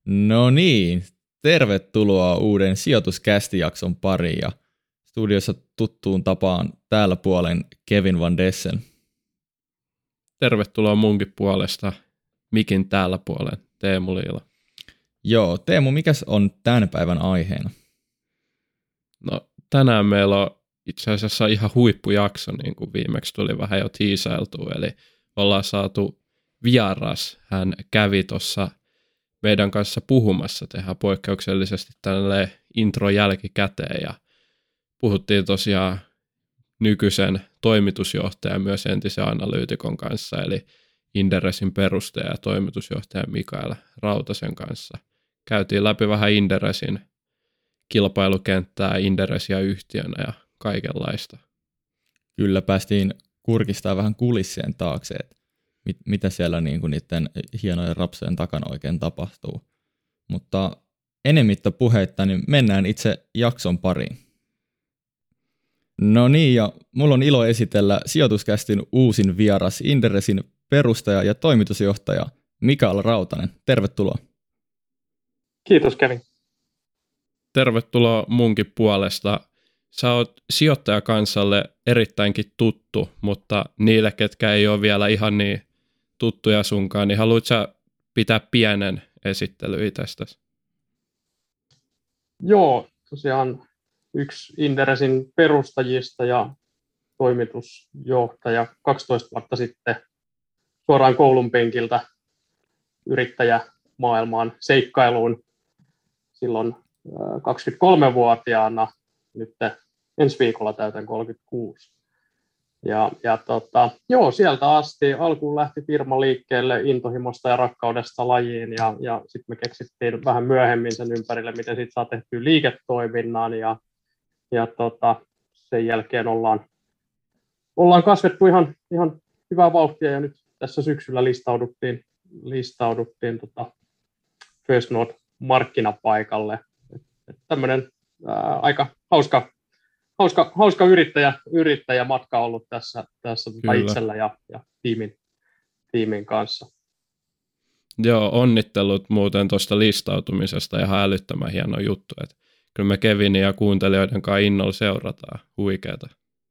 No niin, tervetuloa uuden Sijoituscast-jakson pariin ja studiossa tuttuun tapaan täällä puolen Kevin Van Dessen. Tervetuloa munkin puolesta, mikin täällä puolen, Teemu Liila. Joo, Teemu, mikäs on tämän päivän aiheena? No tänään meillä on itse asiassa ihan huippujakso, niin kuin viimeksi tuli vähän jo tiisailtua, eli ollaan saatu vieras. Hän kävi tuossa meidän kanssa puhumassa, tehdään poikkeuksellisesti tälle intro jälkikäteen ja puhuttiin tosiaan nykyisen toimitusjohtajan myös entisen analyytikon kanssa, eli Inderesin perustaja ja toimitusjohtaja Mikael Rautasen kanssa. Käytiin läpi vähän Inderesin kilpailukenttää, Inderesia yhtiönä ja kaikenlaista. Kyllä päästiin kurkistamaan vähän kulissien taakse, että mitä siellä niinku niiden hienojen rapsujen takana oikein tapahtuu. Mutta enemmittä puheitta, niin mennään itse jakson pariin. No niin, ja mulla on ilo esitellä Sijoituscastin uusin vieras, Inderesin perustaja ja toimitusjohtaja Mikael Rautanen. Tervetuloa. Kiitos, Kevin. Tervetuloa munkin puolesta. Sä oot sijoittajakansalle erittäinkin tuttu, mutta niille, ketkä ei ole vielä ihan niin tuttuja sunkaan, niin haluatko sä pitää pienen esittelyn itsestäsi? Joo, tosiaan yksi Inderesin perustajista ja toimitusjohtaja 12 vuotta sitten suoraan koulun penkiltä yrittäjämaailmaan seikkailuun silloin 23-vuotiaana, nyt ensi viikolla täytän 36. Joo, sieltä asti alkuun lähti firma liikkeelle intohimosta ja rakkaudesta lajiin ja sitten me keksittiin vähän myöhemmin sen ympärille, miten siitä saa tehtyä liiketoiminnan ja sen jälkeen ollaan kasvettu ihan hyvää vauhtia ja nyt tässä syksyllä listauduttiin First North markkinapaikalle. Tämmöinen aika hauska yrittäjämatka ollut tässä itsellä ja tiimin kanssa. Joo, onnittelut muuten tuosta listautumisesta, ihan älyttömän hieno juttu. Että kyllä me Kevinin ja kuuntelijoiden kanssa innolla seurataan. Huikeeta.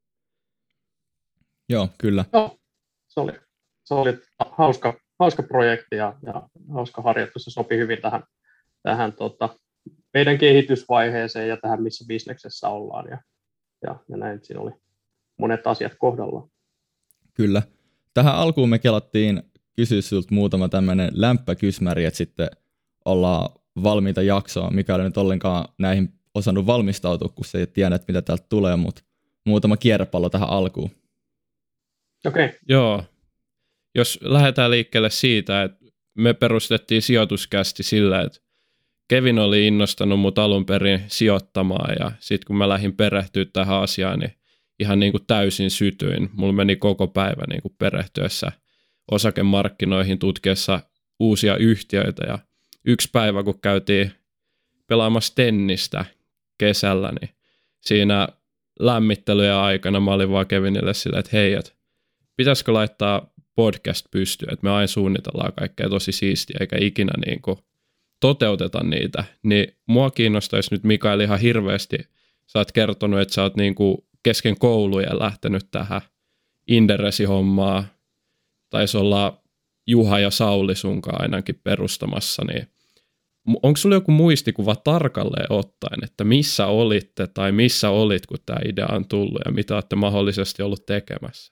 Joo, kyllä. Joo, se oli hauska projekti ja hauska harjoitus. Se sopi hyvin tähän meidän kehitysvaiheeseen ja tähän, missä bisneksessä ollaan. Ja näin, siinä oli monet asiat kohdallaan. Kyllä. Tähän alkuun me kelattiin kysyä sinulta muutama tämmöinen lämpökysmäri, että sitten ollaan valmiita jaksoa, mikä ei nyt ollenkaan näihin osannut valmistautua, kun se ei tiedä, mitä täältä tulee, mutta muutama kierrepallo tähän alkuun. Okei. Joo. Jos lähdetään liikkeelle siitä, että me perustettiin sijoituskästi sillä, että Kevin oli innostanut mut alun perin sijoittamaan ja sitten kun mä lähdin perehtyä tähän asiaan, niin ihan niin kuin täysin sytyin. Mulla meni koko päivä niin kuin perehtyessä osakemarkkinoihin tutkiessa uusia yhtiöitä ja yksi päivä kun käytiin pelaamassa tennistä kesällä, niin siinä lämmittelyjen aikana mä olin vaan Kevinille silleen, että hei, että pitäisikö laittaa podcast pystyyn, että me aina suunnitellaan kaikkea tosi siistiä eikä ikinä niin kuin toteuteta niitä, niin mua kiinnostaisi nyt Mikael ihan hirveästi. Sä oot kertonut, että sä oot niinku kesken koulujen lähtenyt tähän Inderesi-hommaa. Taisi olla Juha ja Sauli sunkaan ainakin perustamassa, niin onko sulla joku muistikuva tarkalleen ottaen, että missä olitte tai missä olit, kun tämä idea on tullut ja mitä olette mahdollisesti ollut tekemässä?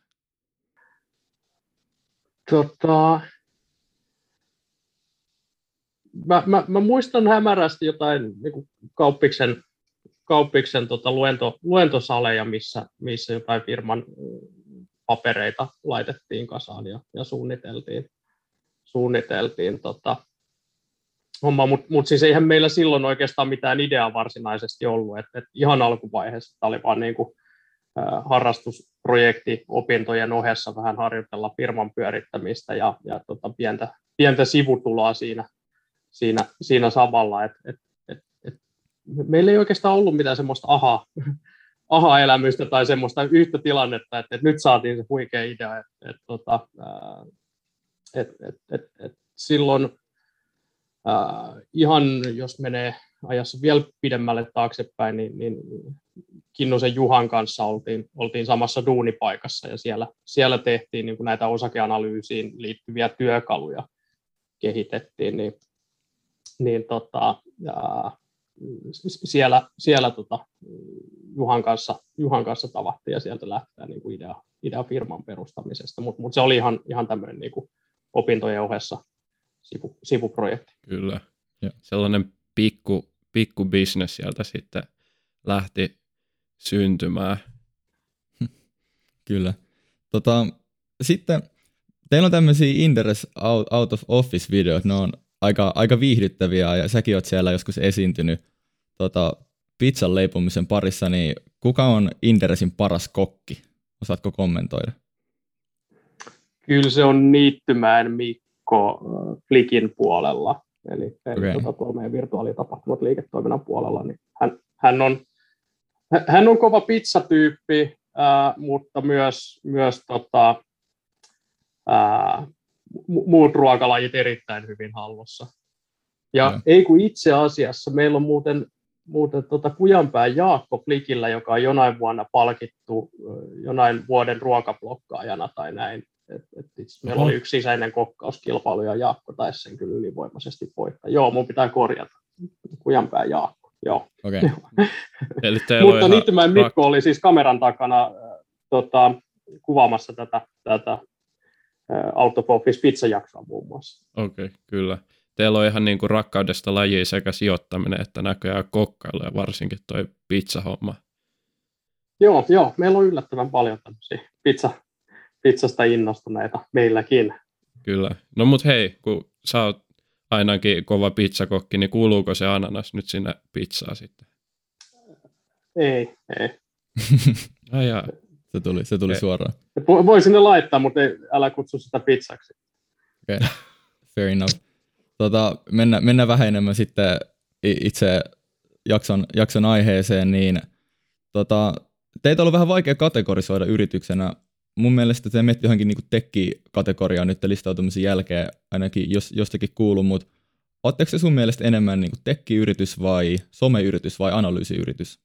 Mä muistan hämärästi jotain niin kuin Kauppiksen luentosaleja, missä jotain firman papereita laitettiin kasaan ja suunniteltiin hommaa, mutta siis eihän meillä silloin oikeastaan mitään ideaa varsinaisesti ollut, että ihan alkuvaiheessa tämä oli vaan niin kuin harrastusprojekti opintojen ohessa vähän harjoitella firman pyörittämistä ja pientä sivutuloa siinä samalla, että meillä ei oikeastaan ollut mitään semmoista aha-elämystä tai semmoista yhtä tilannetta, että nyt saatiin se huikea idea, että silloin Ihan jos menee ajassa vielä pidemmälle taaksepäin, niin Kinnusen Juhan kanssa oltiin samassa duunipaikassa ja siellä tehtiin niin kuin näitä osakeanalyysiin liittyviä työkaluja kehitettiin, siellä Juhan kanssa tavattiin ja sieltä lähtee niin kuin idea firman perustamisesta, mutta se oli ihan tämmöinen niin kuin opintojen ohessa sivuprojekti. Kyllä, ja sellainen pikku business sieltä sitten lähti syntymään. Kyllä. Sitten teillä on tämmöisiä Inderes out of office-videot, ne on aika viihdyttäviä ja säkin oot siellä joskus esiintynyt pizzan leipomisen parissa, niin kuka on Inderesin paras kokki? Osaatko kommentoida? Kyllä se on Niittymäen Mikko Flikin puolella, eli tuolla meidän virtuaalitapahtumat liiketoiminnan puolella, niin hän on kova pizzatyyppi, mutta myös muut ruokalajit erittäin hyvin hallussa. Ja ei kun itse asiassa meillä on muuten Kujanpään Jaakko Flikillä, joka on jonain vuonna palkittu jonain vuoden ruokablokkaajana tai näin. Meillä oli yksi sisäinen kokkauskilpailu ja Jaakko taisi sen kyllä ylivoimaisesti voittaa. Joo, mun pitää korjata. Kujanpään Jaakko. Joo. Okay. Mutta Niittymäen Mikko oli siis kameran takana kuvaamassa tätä Out of Office pizzajaksoa muun muassa. Okei, kyllä. Teillä on ihan niin kuin rakkaudesta lajiin sekä sijoittaminen että näköjään kokkailu ja varsinkin toi pizzahomma. Joo, meillä on yllättävän paljon tämmöisiä pizzasta innostuneita meilläkin. Kyllä. No mut hei, kun sä oot ainakin kova pizzakokki, niin kuuluuko se ananas nyt sinne pizzaan sitten? Ei. Se tuli suoraan. Voi sinne laittaa, mutta älä kutsu sitä pizzaksi. Okay. Fair enough. Mennään vähän enemmän sitten itse jakson aiheeseen, niin teitä on ollut vähän vaikea kategorisoida yrityksenä. Mun mielestä te menette johonkin niin tech-kategoriaan nyt listautumisen jälkeen, ainakin jos jostakin kuuluu, mutta ootteko se sun mielestä enemmän niin tech-yritys vai someyritys vai analyysiyritys?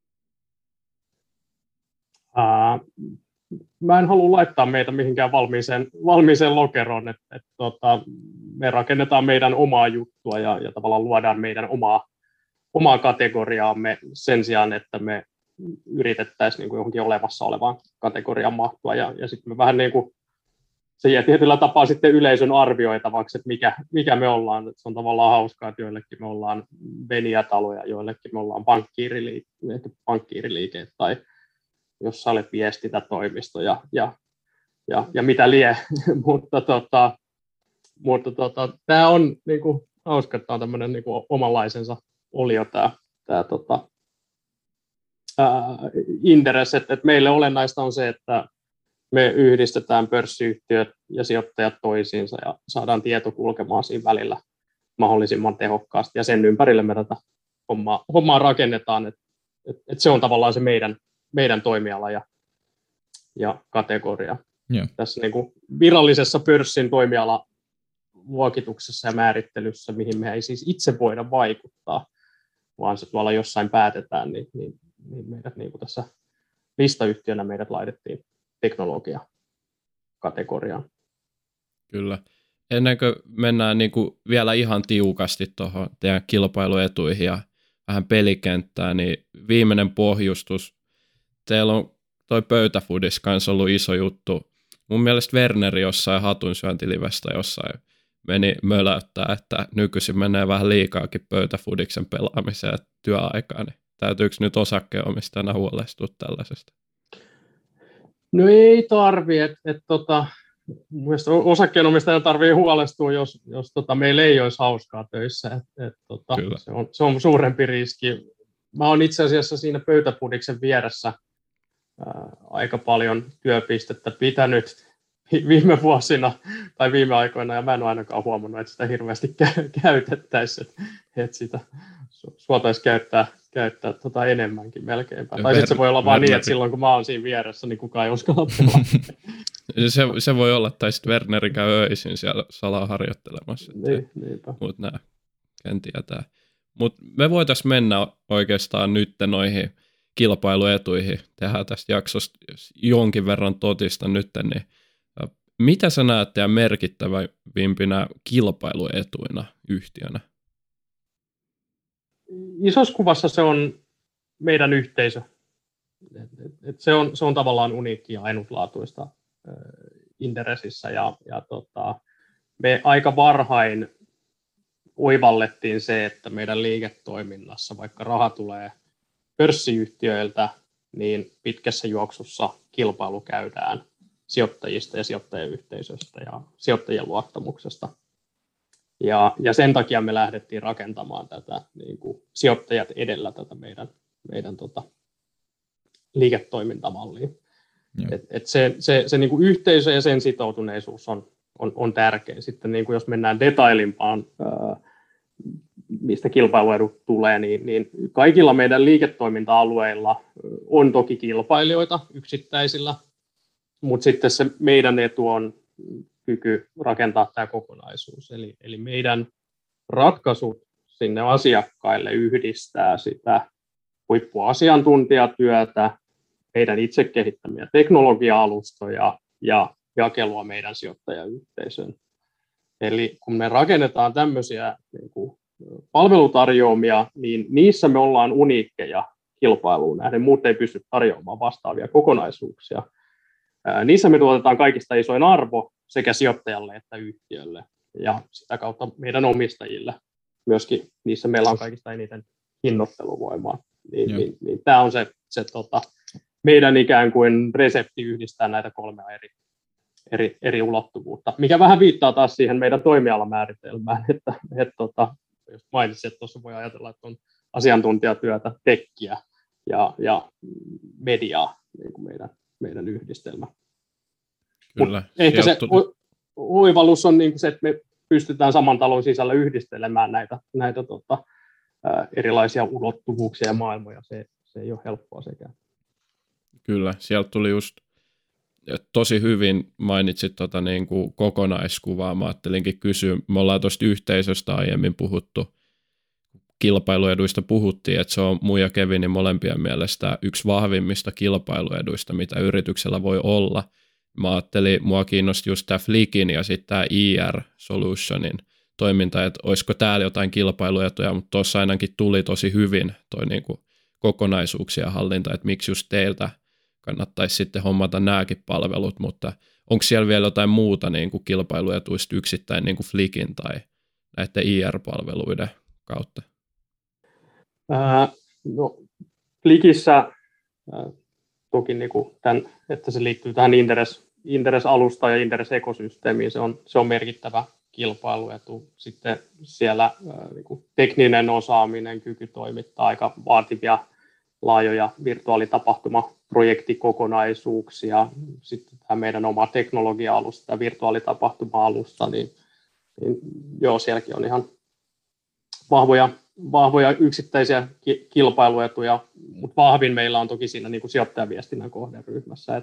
Mä en halua laittaa meitä mihinkään valmiiseen lokeroon, me rakennetaan meidän omaa juttua ja tavallaan luodaan meidän omaa kategoriaamme sen sijaan, että me yritettäisiin niin kuin johonkin olemassa olevaan kategoriaan mahtua ja sitten me vähän niin kuin se jää tietyllä tapaa sitten yleisön arvioitavaksi, että mikä me ollaan. Se on tavallaan hauskaa, että joillekin me ollaan Venijä-taloja, joillekin me ollaan pankkiiriliike tai jossa olet viestintätoimisto ja mitä lie, mutta tämä on niinku hauska, että tämä on tämmöinen niinku omanlaisensa olio tämä Inderes, että meille olennaista on se, että me yhdistetään pörssiyhtiöt ja sijoittajat toisiinsa ja saadaan tieto kulkemaan siinä välillä mahdollisimman tehokkaasti ja sen ympärille me tätä hommaa rakennetaan, että se on tavallaan se meidän toimiala ja kategoria. Yeah. Tässä niin kuin virallisessa pörssin toimialaluokituksessa ja määrittelyssä, mihin me ei siis itse voida vaikuttaa, vaan se tuolla jossain päätetään, niin meidät niin kuin tässä listayhtiönä meidät laitettiin teknologia-kategoriaan. Kyllä. Ennen kuin mennään niin kuin vielä ihan tiukasti tuohon teidän kilpailuetuihin ja vähän pelikenttään, niin viimeinen pohjustus. Teillä on toi Pöytäfoodis kanssa ollut iso juttu. Mun mielestä Werneri jossain hatunsyöntilivestä jossain meni möläyttää, että nykyisin menee vähän liikaakin Pöytäfoodiksen pelaamiseen työaikaan. Niin täytyykö nyt osakkeenomistajana huolestua tällaisesta? No ei tarvi, mielestäni osakkeenomistajan tarvii huolestua, jos meillä ei olisi hauskaa töissä. Se on suurempi riski. Mä oon itse asiassa siinä Pöytäfoodiksen vieressä aika paljon työpistettä pitänyt viime vuosina tai viime aikoina, ja mä en ole ainakaan huomannut, että sitä hirveästi käytettäisiin, että sitä suotaisiin käyttää enemmänkin melkeinpä. Tai sitten se voi olla vaan niin, että silloin kun mä oon siinä vieressä, niin kukaan ei uskalla pelata. Se voi olla, tai sitten Werneri käy öisin siellä salaa harjoittelemassa. Niinpä. Mut nää. sen tietää. Mutta me voitaisiin mennä oikeastaan nyt noihin kilpailuetuihin. Tehdään tästä jaksosta jonkin verran totista nyt, niin mitä sä näet teidän merkittävimpinä kilpailuetuina yhtiönä? Isossa kuvassa se on meidän yhteisö. Se on tavallaan uniikki ja ainutlaatuista Inderesissä. Me aika varhain oivallettiin se, että meidän liiketoiminnassa, vaikka raha tulee pörssiyhtiöiltä, niin pitkässä juoksussa kilpailu käydään sijoittajista ja sijoittajayhteisöstä ja sijoittajien luottamuksesta. Ja sen takia me lähdettiin rakentamaan tätä niin kuin sijoittajat edellä tätä meidän liiketoimintamallia. Se niin kuin yhteisö ja sen sitoutuneisuus on tärkeä. Sitten niin kuin jos mennään detailimpaan, mistä kilpailuedut tulee, niin kaikilla meidän liiketoiminta-alueilla on toki kilpailijoita yksittäisillä, mutta sitten se meidän etu on kyky rakentaa tämä kokonaisuus. Eli meidän ratkaisut sinne asiakkaille yhdistää sitä huippuasiantuntijatyötä, meidän itse kehittämiä teknologia-alustoja ja jakelua meidän sijoittajayhteisöön. Eli kun me rakennetaan tämmöisiä niin kuin palvelutarjoamia, niin niissä me ollaan uniikkeja kilpailuun nähden. Muut ei pysty tarjoamaan vastaavia kokonaisuuksia. Niissä me tuotetaan kaikista isoin arvo sekä sijoittajalle että yhtiölle ja sitä kautta meidän omistajille. Myöskin niissä meillä on kaikista eniten hinnoitteluvoimaa. Niin tämä on se meidän ikään kuin resepti yhdistää näitä kolmea eri ulottuvuutta, mikä vähän viittaa taas siihen meidän toimialamääritelmään, että jos mainitsin, että tuossa voi ajatella, että on asiantuntijatyötä, tekkiä ja mediaa, niin kuin meidän yhdistelmä. Kyllä. Ehkä se oivallus on niin se, että me pystytään saman talon sisällä yhdistelemään näitä erilaisia ulottuvuuksia ja maailmoja. Se ei ole helppoa sekään. Kyllä, sieltä tuli just tosi hyvin mainitsit niin kuin kokonaiskuvaa. Mä ajattelinkin kysyä, me ollaan tuosta yhteisöstä aiemmin puhuttu, kilpailueduista puhuttiin, että se on mun ja Kevinin molempien mielestä yksi vahvimmista kilpailueduista, mitä yrityksellä voi olla. Mä ajattelin, mua kiinnosti just tämä Flickin ja sitten tämä IR Solutionin toiminta, että olisiko täällä jotain kilpailuetuja, mutta tuossa ainakin tuli tosi hyvin toi niin kuin kokonaisuuksien hallinta, että miksi just teiltä kannattaisi sitten hommata nämäkin palvelut, mutta onko siellä vielä jotain muuta niin kuin kilpailuetuista yksittäin niin kuin Flickin tai näiden IR-palveluiden kautta? No, Flickissä toki niin kuin että se liittyy tähän Inderes-alustaan ja Inderes-ekosysteemiin, se on merkittävä kilpailuetu. Sitten siellä niin kuin tekninen osaaminen, kyky toimittaa aika vaativia laajoja virtuaalitapahtumaprojektikokonaisuuksia, sitten tämä meidän oma teknologia-alusta ja virtuaalitapahtuma-alusta, niin joo, sielläkin on ihan vahvoja yksittäisiä kilpailuetuja, mutta vahvin meillä on toki siinä niin kuin sijoittajaviestinnän kohderyhmässä.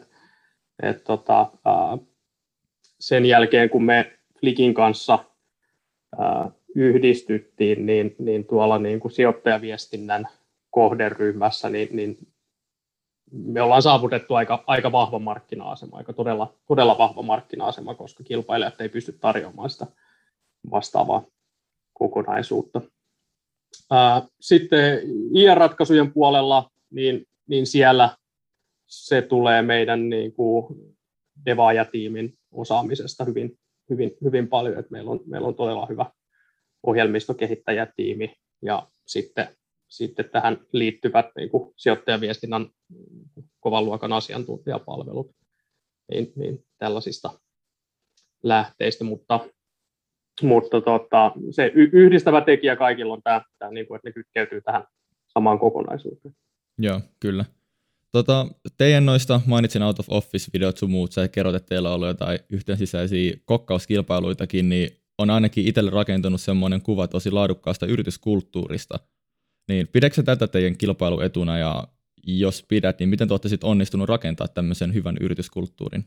Sen jälkeen, kun me Flickin kanssa yhdistyttiin, niin tuolla niin kuin sijoittajaviestinnän kohderyhmässä, niin me ollaan saavutettu aika vahva markkina-asema, aika todella vahva markkina-asema, koska kilpailijat ei pysty tarjoamaan sitä vastaavaa kokonaisuutta. Sitten IR-ratkaisujen puolella, niin siellä se tulee meidän niin kuin devaajatiimin osaamisesta hyvin paljon, että meillä on todella hyvä ohjelmistokehittäjätiimi ja sitten tähän liittyvät niin kuin sijoittajaviestinnän kovan luokan asiantuntijapalvelut niin tällaisista lähteistä, mutta se yhdistävä tekijä kaikilla on tämä niin kuin, että ne kytkeytyy tähän samaan kokonaisuuteen. Joo, kyllä. Teidän noista mainitsin out of office-videot sun muut, sä kerrot, että teillä on ollut jotain yhteen sisäisiä kokkauskilpailuitakin, niin on ainakin itselle rakentunut semmoinen kuva tosi laadukkaasta yrityskulttuurista. Niin pidätkö tätä teidän kilpailuetuna ja jos pidät, niin miten te olette sitten onnistunut rakentaa tämmöisen hyvän yrityskulttuurin?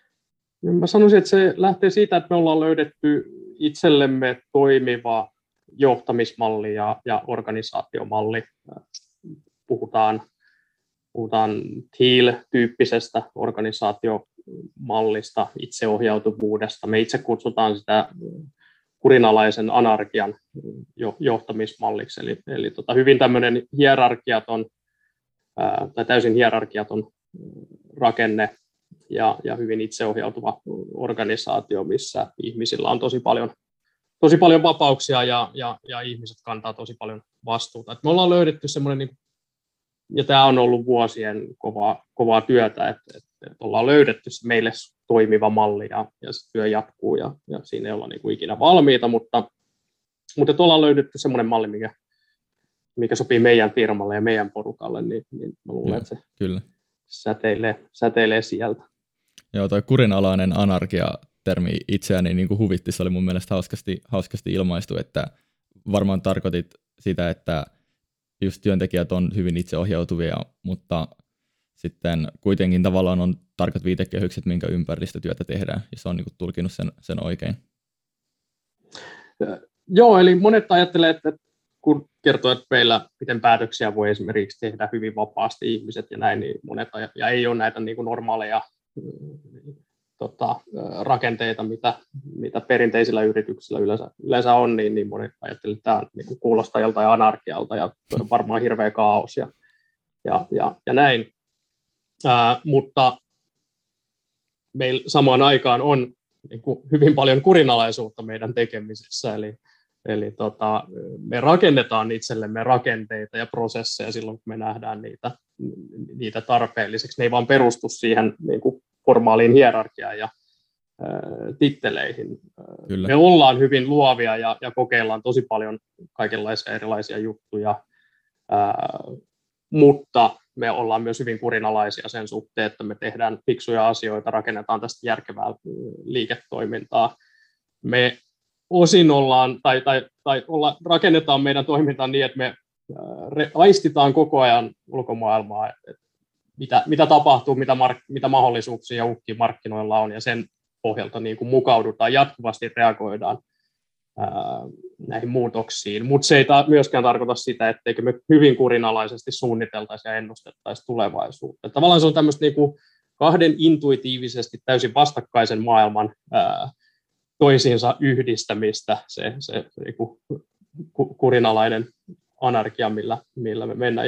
Mä sanoisin, että se lähtee siitä, että me ollaan löydetty itsellemme toimiva johtamismalli ja organisaatiomalli. Puhutaan TEAL-tyyppisestä organisaatiomallista, itseohjautuvuudesta. Me itse kutsutaan sitä kurinalaisen anarkian johtamismalliksi, eli hyvin tämmöinen hierarkiaton tai täysin hierarkiaton rakenne ja hyvin itseohjautuva organisaatio, missä ihmisillä on tosi paljon vapauksia ja ihmiset kantaa tosi paljon vastuuta. Et me ollaan löydetty semmoinen, ja tämä on ollut vuosien kovaa työtä, että ollaan löydetty se meille toimiva malli ja se työ jatkuu ja siinä ei olla niin kuin ikinä valmiita, mutta ollaan löydetty semmoinen malli, mikä sopii meidän firmalle ja meidän porukalle, niin mä luulen, että se kyllä säteilee sieltä. Joo, toi kurinalainen anarkia-termi itseäni niin kuin huvitti, se oli mun mielestä hauskasti ilmaistu, että varmaan tarkoitit sitä, että just työntekijät on hyvin itseohjautuvia, mutta sitten kuitenkin tavallaan on tarkat viitekehykset, minkä ympäristötyötä tehdään, ja se on niin kuin tulkinut sen oikein. Joo, eli monet ajattelee, että kun kertoo, että meillä miten päätöksiä voi esimerkiksi tehdä hyvin vapaasti ihmiset ja näin, niin monet ja ei ole näitä niin kuin normaaleja rakenteita, mitä perinteisillä yrityksillä yleensä on, niin monet ajattelee, että tämä niin kuulostaa joltain anarkialta ja varmaan hirveä kaos ja näin. Mutta meillä samaan aikaan on niin kuin hyvin paljon kurinalaisuutta meidän tekemisessä, eli me rakennetaan itsellemme rakenteita ja prosesseja silloin, kun me nähdään niitä tarpeelliseksi. Ne ei vaan perustu siihen niin kuin formaaliin hierarkiaan ja titteleihin. Kyllä. Me ollaan hyvin luovia ja kokeillaan tosi paljon kaikenlaisia erilaisia juttuja, mutta me ollaan myös hyvin kurinalaisia sen suhteen, että me tehdään fiksuja asioita, rakennetaan tästä järkevää liiketoimintaa. Me osin rakennetaan meidän toimintaa niin, että me aistitaan koko ajan ulkomaailmaa, että mitä tapahtuu, mitä mahdollisuuksia ja uhkia markkinoilla on, ja sen pohjalta niin kuin mukaudutaan, jatkuvasti reagoidaan näihin muutoksiin. Mutta se ei myöskään tarkoita sitä, etteikö me hyvin kurinalaisesti suunniteltaisi ja ennustettaisi tulevaisuutta. Tavallaan se on tämmöistä niin kuin kahden intuitiivisesti täysin vastakkaisen maailman toisiinsa yhdistämistä, se niin kuin kurinalainen anarkia, millä me mennään.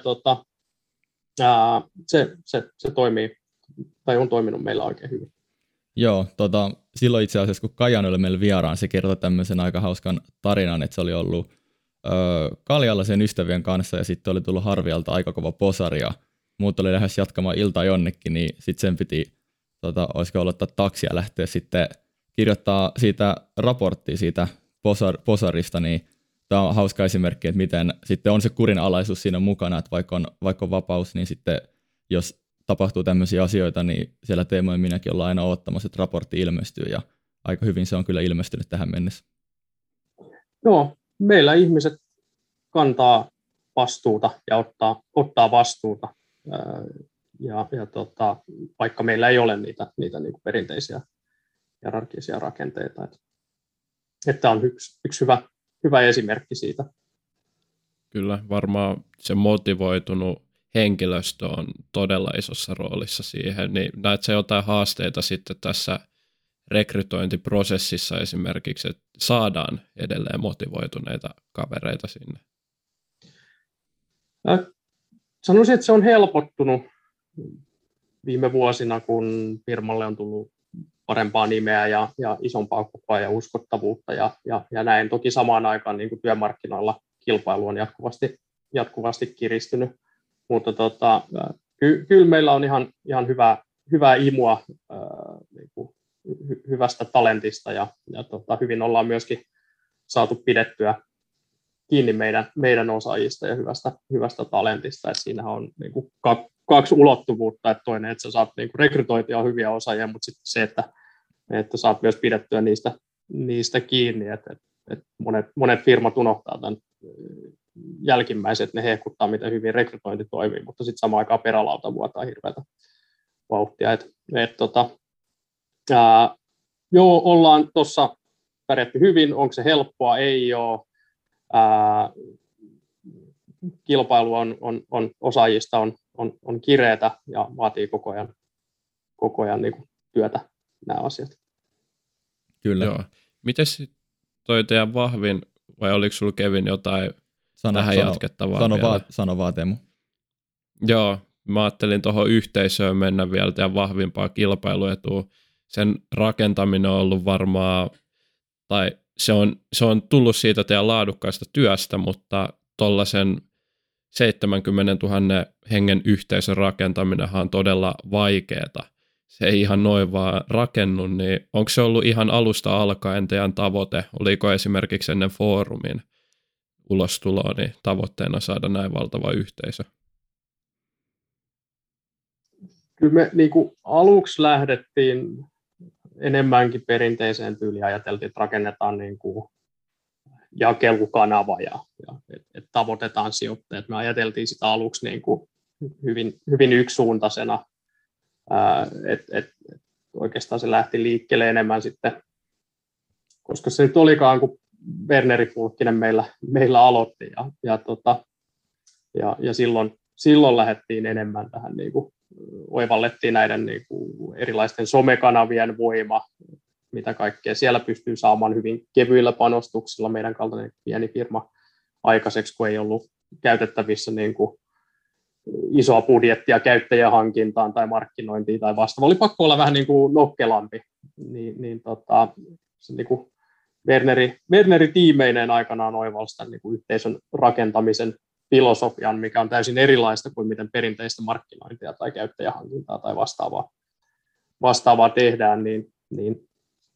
Se toimii, tai on toiminut meillä oikein hyvin. Joo, silloin itse asiassa, kun Kajan oli meillä vieraan, se kertoi tämmöisen aika hauskan tarinan, että se oli ollut kaljalla sen ystävien kanssa, ja sitten oli tullut Harvialta aika kova posari, ja muut oli lähes jatkamaan iltaa jonnekin, niin sitten sen piti, olisiko ollut ottaa taksia lähteä sitten kirjoittaa siitä raporttia siitä posarista, niin tämä on hauska esimerkki, että miten sitten on se kurinalaisuus siinä mukana, että vaikka on vapaus, niin sitten jos tapahtuu tämmöisiä asioita, niin siellä Teemu ja minäkin ollaan aina odottamassa, että raportti ilmestyy, ja aika hyvin se on kyllä ilmestynyt tähän mennessä. Joo, meillä ihmiset kantaa vastuuta ja ottaa vastuuta, vaikka meillä ei ole niitä niin kuin perinteisiä hierarkisia rakenteita. Että on yksi hyvä esimerkki siitä. Kyllä, varmaan se motivoitunut henkilöstö on todella isossa roolissa siihen. Niin näet sä jotain haasteita sitten tässä rekrytointiprosessissa esimerkiksi, että saadaan edelleen motivoituneita kavereita sinne? Sanoisin, että se on helpottunut viime vuosina, kun firmalle on tullut parempaa nimeä ja isompaa kokoa ja uskottavuutta ja näin. Toki samaan aikaan niin kuin työmarkkinoilla kilpailu on jatkuvasti kiristynyt, mutta kyllä meillä on ihan hyvää imua niin kuin hyvästä talentista ja hyvin ollaan myöskin saatu pidettyä kiinni meidän osaajista ja hyvästä talentista. Et siinähän on niin kuin kaksi ulottuvuutta, että toinen, että sä saat niin kuin rekrytoitia hyviä osaajia, mutta sitten se, että saat myös pidettyä niistä kiinni, että monet firmat unohtaa tämän jälkimmäisen, että ne hehkuttaa, miten hyvin rekrytointi toimii, mutta sitten samaan aikaan perälauta vuotaa hirveätä vauhtia. Joo, ollaan tuossa pärjätty hyvin, onko se helppoa? Ei ole. kilpailu on osaajista on kireätä ja vaatii koko ajan niin kuin työtä nämä asiat. Kyllä. Joo. Mites toi teidän vahvin, vai oliko sulla Kevin jotain tähän jatkettavaa vielä? Sano vaan Teemu. Joo, mä ajattelin tuohon yhteisöön mennä vielä teidän vahvimpaa kilpailuetua. Sen rakentaminen on ollut varmaan, tai se on tullut siitä teidän laadukkaasta työstä, mutta tollaisen 70 000 hengen yhteisön rakentaminenhan on todella vaikeeta. Se ei ihan noin vaan rakennu, niin onko se ollut ihan alusta alkaen teidän tavoite? Oliko esimerkiksi ennen foorumin ulostuloa niin tavoitteena saada näin valtava yhteisö? Kyllä me niin kuin aluksi lähdettiin enemmänkin perinteiseen tyyliin, ajateltiin, että rakennetaan niin kuin jakelukanava ja että tavoitetaan sijoittajat. Me ajateltiin sitä aluksi niin kuin hyvin yksisuuntaisena, että oikeastaan se lähti liikkeelle enemmän sitten, koska se nyt olikaan, kun Werneri Pulkkinen meillä aloitti ja silloin lähdettiin enemmän tähän niin kuin oivallettiin näiden niin kuin erilaisten somekanavien voima, mitä kaikkea siellä pystyy saamaan hyvin kevyillä panostuksilla meidän kaltainen pieni firma aikaiseksi, kun ei ollut käytettävissä niin kuin isoa budjettia käyttäjähankintaan tai markkinointiin tai vastaavaa. Oli pakko olla vähän niin kuin nokkelampi. Se niin kuin Werneri tiimeineen aikanaan oivalsi tämän niin kuin yhteisön rakentamisen filosofian, mikä on täysin erilaista kuin miten perinteistä markkinointia tai käyttäjähankintaa tai vastaavaa tehdään, niin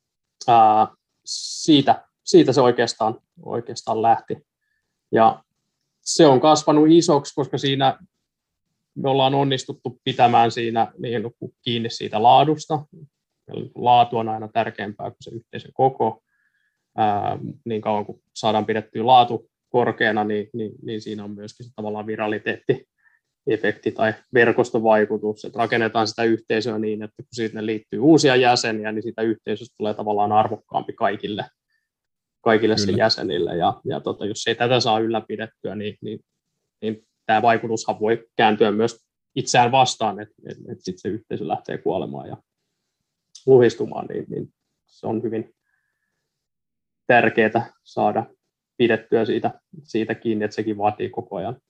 siitä se oikeastaan lähti. Ja se on kasvanut isoksi, koska siinä me ollaan onnistuttu pitämään siinä niin kiinni siitä laadusta. Laatu on aina tärkeämpää kuin se yhteisön koko. Niin kauan kun saadaan pidettyä laatu korkeana, niin siinä on myöskin se tavallaan viraliteettiefekti tai verkostovaikutus, että rakennetaan sitä yhteisöä niin, että kun siitä liittyy uusia jäseniä, niin siitä yhteisöstä tulee tavallaan arvokkaampi kaikille sen jäsenille, ja jos ei tätä saa ylläpidettyä, niin tämä vaikutushan voi kääntyä myös itseään vastaan, että sitten se yhteisö lähtee kuolemaan ja luhistumaan, niin se on hyvin tärkeää saada pidettyä siitä kiinni, että sekin vaatii koko ajan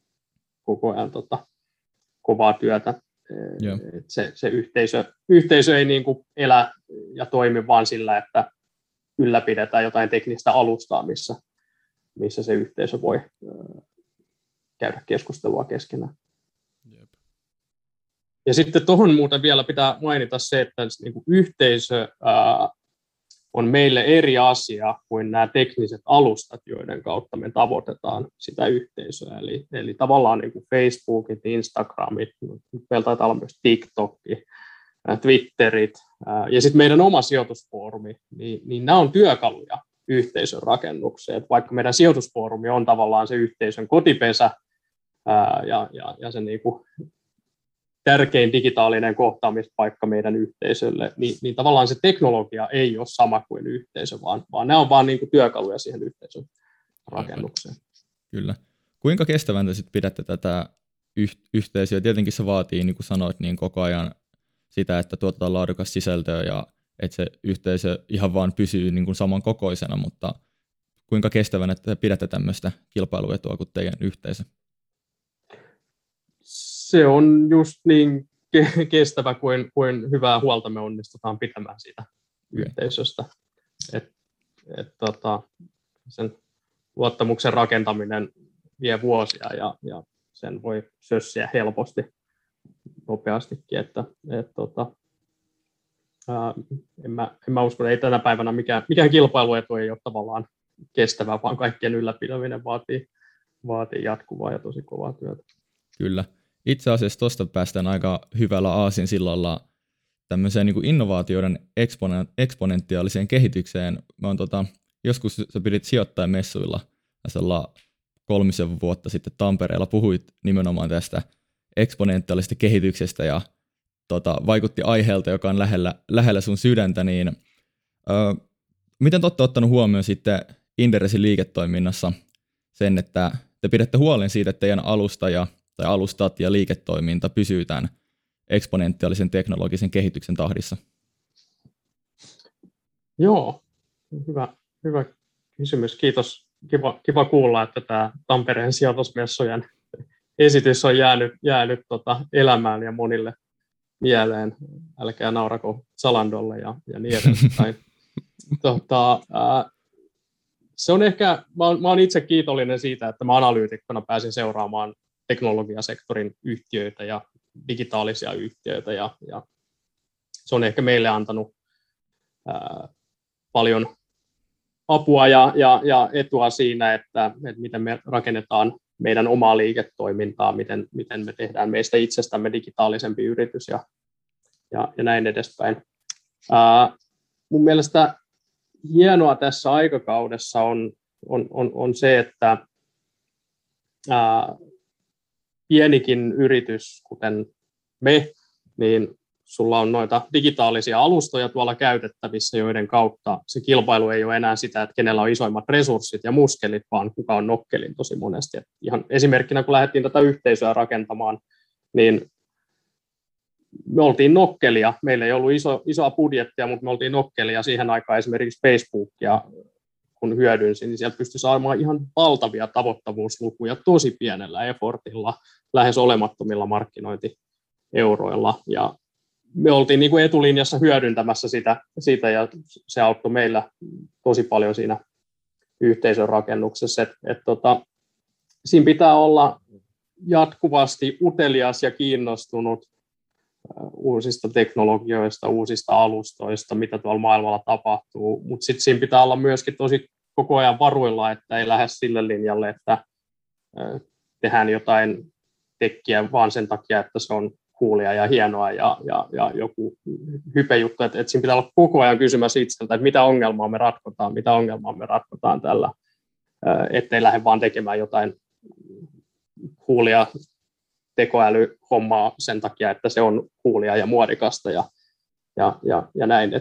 kovaa työtä. Se yhteisö ei niin kuin elä ja toimi vaan sillä, että ylläpidetään jotain teknistä alustaa, missä se yhteisö voi käydä keskustelua keskenään. Jep. Ja sitten tuohon muuten vielä pitää mainita se, että niin kuin yhteisö on meille eri asia kuin nämä tekniset alustat, joiden kautta me tavoitetaan sitä yhteisöä. Eli tavallaan niin kuin Facebookit, Instagramit, meillä taitaa olla myös TikTokki, Twitterit ja sitten meidän oma sijoitusfoorumi, niin nämä on työkaluja yhteisön rakennukseen. Vaikka meidän sijoitusfoorumi on tavallaan se yhteisön kotipesä ja se niin kuin tärkein digitaalinen kohtaamispaikka meidän yhteisölle, niin tavallaan se teknologia ei ole sama kuin yhteisö, vaan nämä on vaan niin kuin työkaluja siihen yhteisön rakennukseen. Kyllä. Kuinka kestäväntä sitten pidätte tätä yhteisöä? Tietenkin se vaatii, niin kuin sanoit, niin koko ajan sitä, että tuotetaan laadukas sisältöä ja että se yhteisö ihan vaan pysyy niin kuin samankokoisena, mutta kuinka kestävänä te pidätte tämmöistä kilpailuetua kuin teidän yhteisö? Se on just niin kestävä kuin hyvää huolta me onnistutaan pitämään siitä yhteisöstä. Sen luottamuksen rakentaminen vie vuosia ja sen voi sössiä helposti, nopeastikin. En mä usko, että ei tänä päivänä mikään kilpailuetu ei ole tavallaan kestävää, vaan kaikkien ylläpitäminen vaatii jatkuvaa ja tosi kovaa työtä. Kyllä. Itse asiassa tuosta päästään aika hyvällä aasinsillalla tämmöiseen niin kuin innovaatioiden eksponentiaaliseen kehitykseen. Joskus sä pidit sijoittajamessuilla, ja 3 vuotta sitten Tampereella puhuit nimenomaan tästä eksponentiaalisesta kehityksestä ja vaikutti aiheelta, joka on lähellä sun sydäntä, niin miten te olette ottanut huomioon sitten Inderesin liiketoiminnassa sen, että te pidätte huolen siitä, että teidän alustat ja liiketoiminta pysyy tämän eksponentiaalisen teknologisen kehityksen tahdissa? Joo, hyvä kysymys. Kiitos. Kiva kuulla, että tämä Tampereen sijoitusmessujen esitys on jäänyt elämään ja monille mieleen. Älkää naurako Zalandolle ja niin edespäin. Se on ehkä, mä oon itse kiitollinen siitä, että mä analyytikkona pääsin seuraamaan teknologiasektorin yhtiöitä ja digitaalisia yhtiöitä, ja se on ehkä meille antanut paljon apua ja etua siinä, että miten me rakennetaan meidän omaa liiketoimintaa, miten me tehdään meistä itsestämme digitaalisempi yritys ja näin edespäin. Mun mielestä hienoa tässä aikakaudessa on se, että pienikin yritys, kuten me, niin sulla on noita digitaalisia alustoja tuolla käytettävissä, joiden kautta se kilpailu ei ole enää sitä, että kenellä on isoimmat resurssit ja muskelit, vaan kuka on nokkelin tosi monesti. Et ihan esimerkkinä, kun lähdettiin tätä yhteisöä rakentamaan, niin me oltiin nokkelia. Meillä ei ollut isoa budjettia, mutta me oltiin nokkelia. Siihen aikaan esimerkiksi Facebookia, kun hyödynsin, niin sieltä pystyi saamaan ihan valtavia tavoittavuuslukuja tosi pienellä effortilla, lähes olemattomilla markkinointieuroilla. Ja me oltiin niin kuin etulinjassa hyödyntämässä sitä ja se auttoi meillä tosi paljon siinä yhteisön rakennuksessa. Siinä pitää olla jatkuvasti utelias ja kiinnostunut uusista teknologioista, uusista alustoista, mitä tuolla maailmalla tapahtuu, mutta sitten siinä pitää olla myöskin tosi koko ajan varuilla, että ei lähde sille linjalle, että tehdään jotain tekkiä vaan sen takia, että se on coolia ja hienoa ja joku hypejuttu, että siinä pitää olla koko ajan kysymässä itseltä, että mitä ongelmaa me ratkotaan tällä, ettei lähde vaan tekemään jotain coolia tekoälyhommaa sen takia, että se on coolia ja muodikasta ja näin.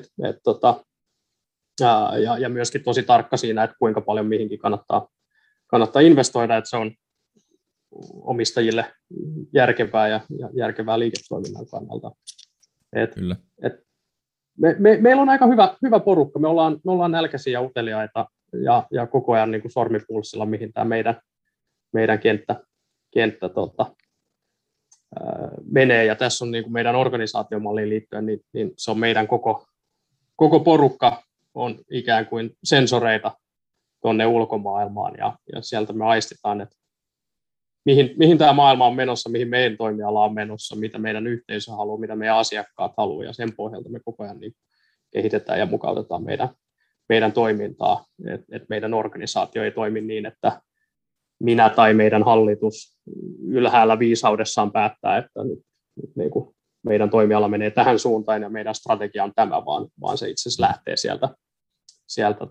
Ja myöskin tosi tarkka siinä, että kuinka paljon mihinkin kannattaa investoida, että se on omistajille järkevää ja järkevää liiketoiminnan kannalta. Kyllä. Meillä on aika hyvä porukka. Me ollaan nälkäisiä ja uteliaita ja koko ajan niin kuin sormipulssilla, mihin tämä meidän kenttä menee. Ja tässä on niin kuin meidän organisaatiomalliin liittyen, niin se on meidän koko porukka on ikään kuin sensoreita tuonne ulkomaailmaan ja sieltä me aistitaan, että mihin tämä maailma on menossa, mihin meidän toimiala on menossa, mitä meidän yhteisö haluaa, mitä meidän asiakkaat haluaa, ja sen pohjalta me koko ajan niin kehitetään ja mukautetaan meidän toimintaa, että meidän organisaatio ei toimi niin, että minä tai meidän hallitus ylhäällä viisaudessaan päättää, että nyt niin kuin meidän toimiala menee tähän suuntaan ja meidän strategia on tämä, vaan se itse asiassa lähtee sieltä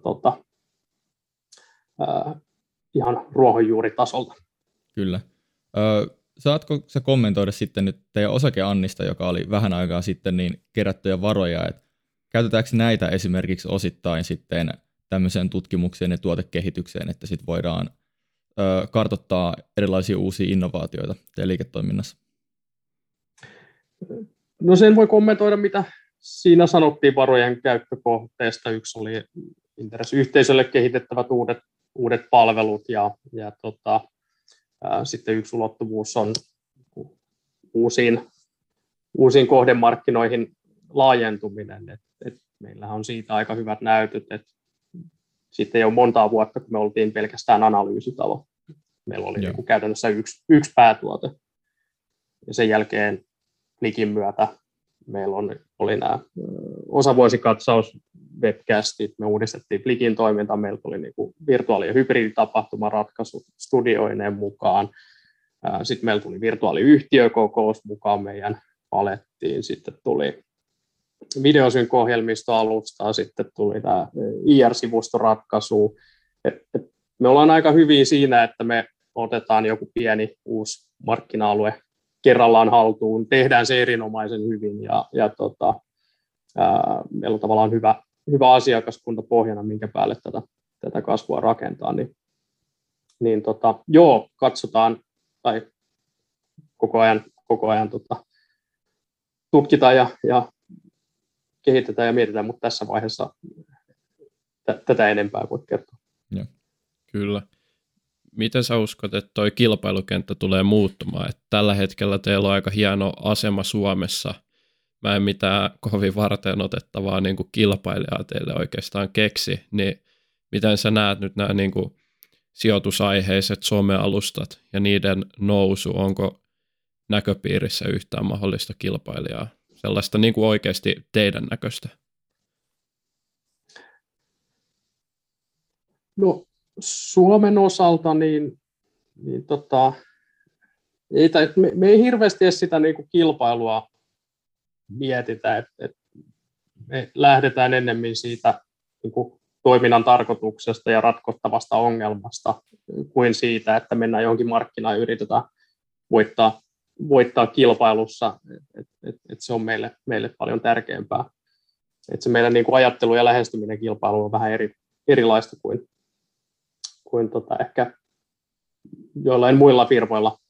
ihan ruohonjuuritasolta. Kyllä. Saatko sä kommentoida sitten nyt teidän osakeannista, joka oli vähän aikaa sitten niin kerättyjä varoja, että käytetäänkö näitä esimerkiksi osittain sitten tämmöiseen tutkimukseen ja tuotekehitykseen, että sitten voidaan kartoittaa erilaisia uusia innovaatioita teidän liiketoiminnassa? No sen voi kommentoida, mitä siinä sanottiin varojen käyttökohteesta. Yksi oli Inderes-yhteisölle kehitettävät uudet palvelut ja sitten yksi ulottuvuus on uusiin kohdemarkkinoihin laajentuminen. Meillähän on siitä aika hyvät näytöt. Sitten ei ole montaa vuotta, kun me oltiin pelkästään analyysitalo. Meillä oli niin kuin käytännössä yksi päätuote. Ja sen jälkeen Plikin myötä meillä oli nämä osavuosikatsaus, webcastit, me uudistettiin Plikin toimintaa, meillä tuli niin kuin virtuaali- ja hybriditapahtumaratkaisut studioineen mukaan. Sitten meillä tuli virtuaaliyhtiökokous mukaan meidän palettiin, sitten tuli videosynk-ohjelmistoalusta, sitten tuli tämä IR-sivustoratkaisu. Me ollaan aika hyviä siinä, että me otetaan joku pieni uusi markkina-alue kerrallaan haltuun, tehdään se erinomaisen hyvin ja meillä on tavallaan hyvä asiakaskunta pohjana, minkä päälle tätä kasvua rakentaa, niin joo, katsotaan tai koko ajan tutkitaan ja kehitetään ja mietitään, mutta tässä vaiheessa tätä enempää voi kertoa. Ja. Kyllä. Miten sä uskot, että toi kilpailukenttä tulee muuttumaan? Että tällä hetkellä teillä on aika hieno asema Suomessa. Mä en mitään kovin varten otettavaa niin kuin kilpailijaa teille oikeastaan keksi. Niin miten sä näet nyt nämä niin kuin sijoitusaiheiset somealustat ja niiden nousu? Onko näköpiirissä yhtään mahdollista kilpailijaa? Sellaista niin kuin oikeasti teidän näköistä? No, Suomen osalta me ei hirveästi edes sitä niin kuin kilpailua mietitä, että me lähdetään ennemmin siitä niin kuin toiminnan tarkoituksesta ja ratkottavasta ongelmasta kuin siitä, että mennään johonkin markkinaan ja yritetään voittaa kilpailussa, että se on meille paljon tärkeämpää. Että se meidän niin kuin ajattelu ja lähestyminen kilpailuun on vähän erilaista kuin ehkä joillain muilla firmoilla.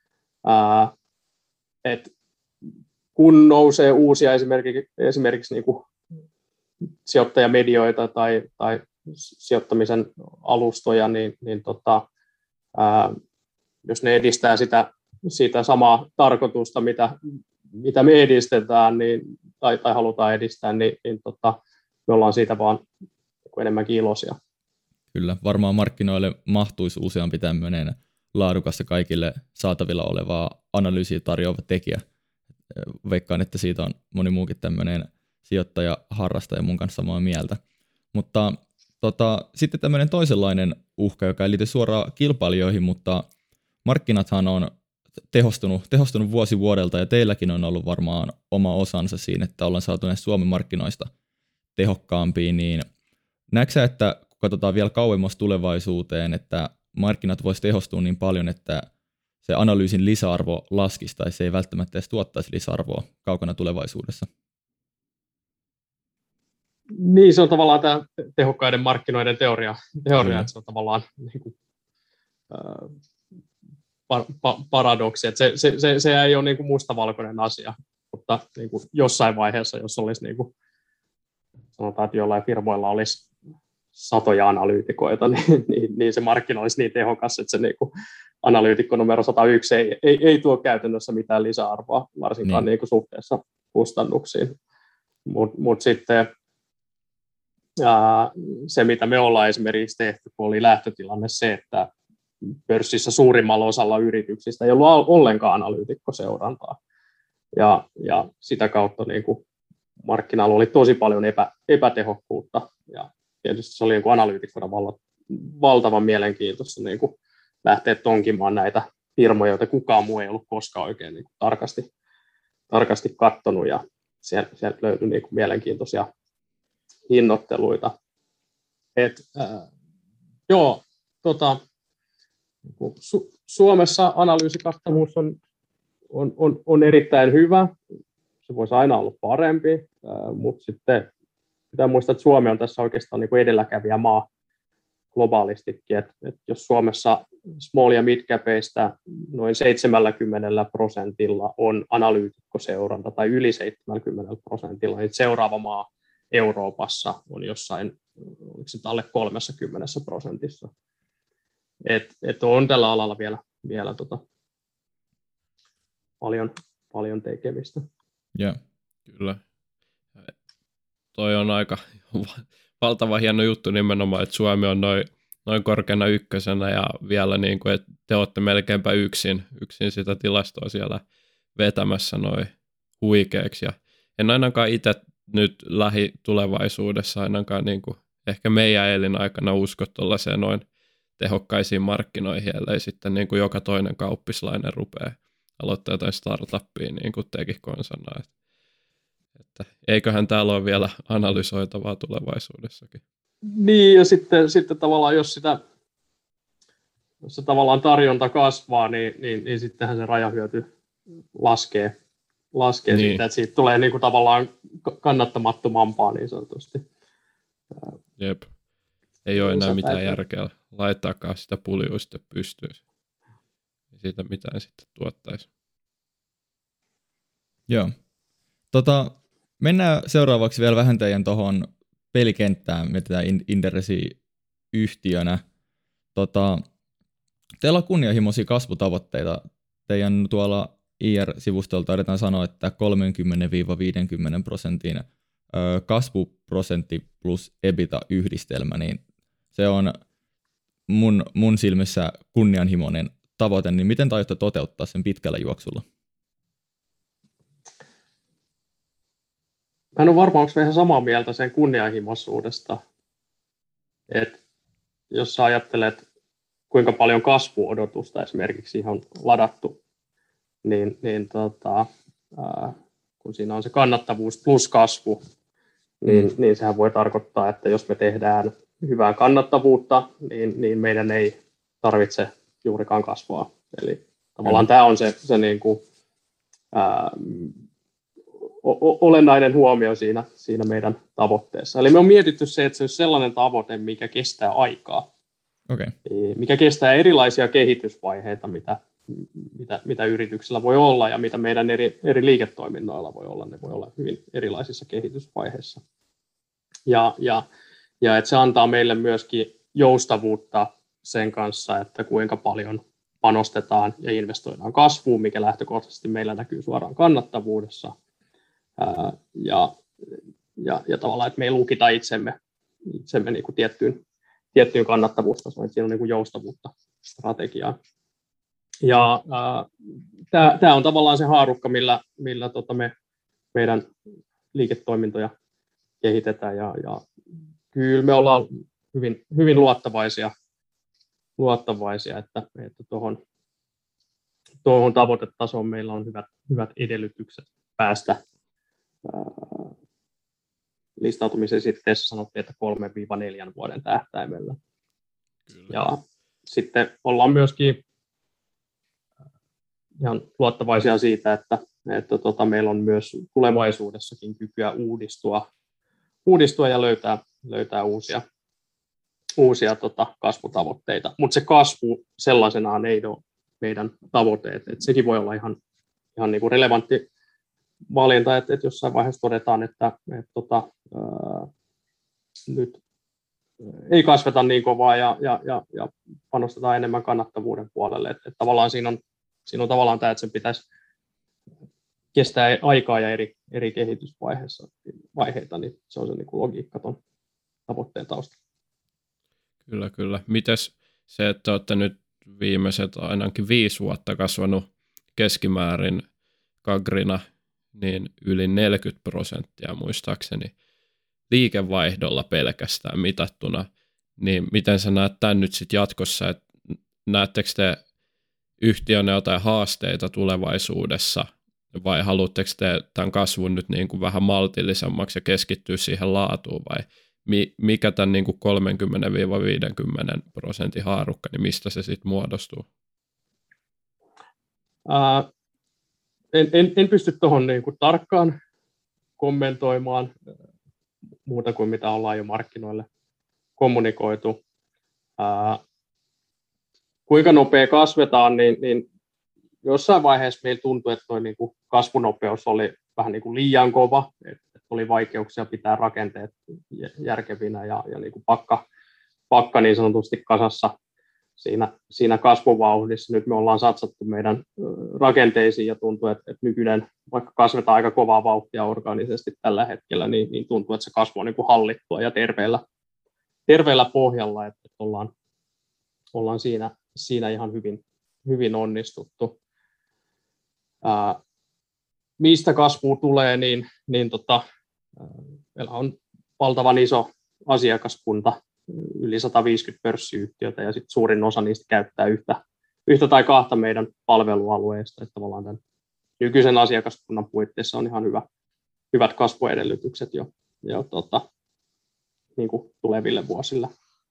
Et kun nousee uusia esimerkiksi niin kuin sijoittajamedioita tai sijoittamisen alustoja, niin jos ne edistää sitä samaa tarkoitusta, mitä me edistetään tai halutaan edistää, niin me ollaan siitä vaan enemmänkin iloisia. Kyllä, varmaan markkinoille mahtuisi useampi tämmöinen laadukasta kaikille saatavilla olevaa analyysiä tarjoava tekijä. Veikkaan, että siitä on moni muukin tämmöinen sijoittaja, harrastaja mun kanssa samaa mieltä. Mutta sitten tämmöinen toisenlainen uhka, joka ei liity suoraan kilpailijoihin, mutta markkinathan on tehostunut vuosi vuodelta ja teilläkin on ollut varmaan oma osansa siinä, että ollaan saatu näistä Suomen markkinoista tehokkaampiin, niin näetkö sä, että kun katsotaan vielä kauemmas tulevaisuuteen, että markkinat voisi tehostua niin paljon, että se analyysin lisäarvo laskisi tai se ei välttämättä edes tuottaisi lisäarvoa kaukana tulevaisuudessa? Niin, se on tavallaan tämä tehokkaiden markkinoiden teoria että se on tavallaan niin kuin, paradoksi, että se ei ole niin kuin mustavalkoinen asia, mutta niin kuin jossain vaiheessa, jos olisi niin kuin, sanotaan, että jollain firmoilla olisi satoja analyytikoita, niin se markkina olisi niin tehokas, että se niin kuin analyytikko numero 101 ei tuo käytännössä mitään lisäarvoa, varsinkaan niin kuin suhteessa kustannuksiin. Mutta sitten se, mitä me ollaan esimerkiksi tehty, kun oli lähtötilanne se, että pörssissä suurimmalla osalla yrityksistä ei ollut ollenkaan analyytikkoseurantaa. Ja sitä kautta niin kuin markkinalla oli tosi paljon epätehokkuutta. Ja tietysti se oli niin kuin analyytikkona valtavan mielenkiintoista niin kuin lähteä tonkimaan näitä firmoja, joita kukaan muu ei ollut koskaan oikein niin kuin tarkasti katsonut. Ja sieltä löytyi niin kuin mielenkiintoisia hinnoitteluita. Suomessa analyysikattavuus on erittäin hyvä. Se voisi aina olla parempi, mutta sitten pitää muistaa, että Suomi on tässä oikeastaan niin kuin edelläkävijä maa globaalistikin. Et jos Suomessa small- ja mid-capeista noin 70% on analyytikkoseuranta tai yli 70%, niin seuraava maa Euroopassa on jossain, oliko se alle 30%. Et on tällä alalla vielä paljon tekemistä. Yeah. Kyllä. Toi on aika valtava hieno juttu nimenomaan, että Suomi on noin korkeana ykkösenä ja vielä niin kuin, että te olette melkeinpä yksin sitä tilastoa siellä vetämässä noin huikeaksi. Ja en ainakaan itse nyt lähitulevaisuudessa ainakaan niin kuin ehkä meidän elinaikana usko tuollaiseen noin tehokkaisiin markkinoihin, ellei sitten niin kuin joka toinen kauppislainen rupeaa aloittaa jotain startuppia niin kuin tekin konsana. Että eiköhän täällä ole vielä analysoitavaa tulevaisuudessakin. Niin, ja sitten tavallaan, jos se tavallaan tarjonta kasvaa, niin sittenhän se rajahyöty laskee niin. Siitä, että siitä tulee niin kuin tavallaan kannattamattomampaa niin sanotusti. Jep. ei ole enää Se mitään täytyy. järkeä laittaakaan sitä puljua sitten pystyyn. Ei siitä mitään sitten tuottaisi. Joo. Mennään seuraavaksi vielä vähän teidän tuohon pelikenttään, mitä Inderesi yhtiönä. Teillä on kunnianhimoisia kasvutavoitteita. Teidän tuolla IR-sivustolta yritetään sanoa, että 30-50% kasvuprosentti plus EBITDA-yhdistelmä, niin se on mun silmissä kunnianhimoinen tavoite, niin miten te aiotte toteuttaa sen pitkällä juoksulla? Mä en ole varma, onko ihan samaa mieltä sen kunnianhimoisuudesta. Et jos sä ajattelet, kuinka paljon kasvuodotusta esimerkiksi ihan ladattu, niin kun siinä on se kannattavuus plus kasvu, niin sehän voi tarkoittaa, että jos me tehdään hyvää kannattavuutta, niin meidän ei tarvitse juurikaan kasvaa. Eli tavallaan tämä on se niin kuin, olennainen huomio siinä meidän tavoitteessa. Eli me on mietitty se, että se on sellainen tavoite, mikä kestää aikaa. Okay. Mikä kestää erilaisia kehitysvaiheita, mitä yrityksillä voi olla ja mitä meidän eri liiketoiminnoilla voi olla. Ne voi olla hyvin erilaisissa kehitysvaiheissa. Ja että se antaa meille myöskin joustavuutta sen kanssa, että kuinka paljon panostetaan ja investoidaan kasvuun, mikä lähtökohtaisesti meillä näkyy suoraan kannattavuudessa. Ja tavallaan, että me ei lukita itsemme niin kuin tiettyyn kannattavuustasoon, että siinä on niin kuin joustavuutta strategiaa. Ja tämä on tavallaan se haarukka, millä me meidän liiketoimintoja kehitetään, ja kyllä me ollaan hyvin luottavaisia, että tuohon tavoitetasoon meillä on hyvät edellytykset päästä. Listautumisen esitteessä sanottiin, että 3-4 vuoden tähtäimellä. Kyllä. Ja sitten ollaan myöskin ihan luottavaisia siitä, että meillä on myös tulevaisuudessakin kykyä uudistua ja löytää uusia kasvutavoitteita. Mutta se kasvu sellaisenaan ei ole meidän tavoite. Et sekin voi olla ihan niin kuin relevantti valinta, että jossain vaiheessa todetaan, että nyt ei kasveta niin kovaa ja panostetaan enemmän kannattavuuden puolelle. Että tavallaan siinä on tavallaan tämä, että sen pitäisi kestää aikaa ja eri kehitysvaiheita, niin se on se niin kuin logiikka tuon tavoitteen taustalla. Kyllä. Mites se, että olette nyt viimeiset ainakin 5 vuotta kasvanut keskimäärin Kagrina, niin yli 40% muistaakseni liikevaihdolla pelkästään mitattuna, niin miten sä näet tämän nyt sitten jatkossa, että näettekö te yhtiönä jotain haasteita tulevaisuudessa, vai haluatteko te tämän kasvun nyt niin kuin vähän maltillisemmaksi ja keskittyä siihen laatuun, vai mikä tämän niin kuin 30-50% haarukka, niin mistä se sitten muodostuu? En pysty tuohon niin kuin tarkkaan kommentoimaan muuta kuin mitä ollaan jo markkinoille kommunikoitu. Kuinka nopea kasvetaan, niin jossain vaiheessa meillä tuntui, että tuo niin kuin kasvunopeus oli vähän niin kuin liian kova, että oli vaikeuksia pitää rakenteet järkevinä ja niin kuin pakka niin sanotusti kasassa siinä kasvuvauhdissa. Nyt me ollaan satsattu meidän rakenteisiin ja tuntuu, että nykyinen, vaikka kasvetaan aika kovaa vauhtia organisesti tällä hetkellä, niin tuntuu, että se kasvu on niin kuin hallittua ja terveellä pohjalla, että ollaan siinä ihan hyvin onnistuttu. Mistä kasvua tulee, niin meillä on valtavan iso asiakaskunta, yli 150 pörssiyhtiötä, ja sitten suurin osa niistä käyttää yhtä tai kahta meidän palvelualueista, että tavallaan tämän nykyisen asiakaskunnan puitteissa on ihan hyvät kasvuedellytykset jo niin kuin tuleville vuosille.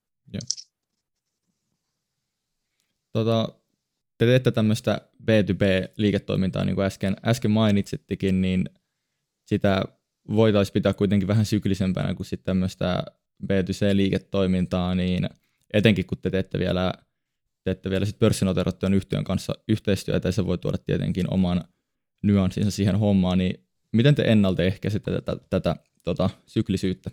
Te teette tämmöistä B2B-liiketoimintaa, niin kuin äsken mainitsittekin, niin sitä voitaisiin pitää kuitenkin vähän syklisempänä kuin sitten tämmöistä B2C-liiketoimintaa, niin etenkin kun te teette vielä sit pörssinoteerattujen yhtiön kanssa yhteistyötä, ja se voi tuoda tietenkin oman nyanssinsa siihen hommaan, niin miten te ennaltaehkäisette tätä syklisyyttä?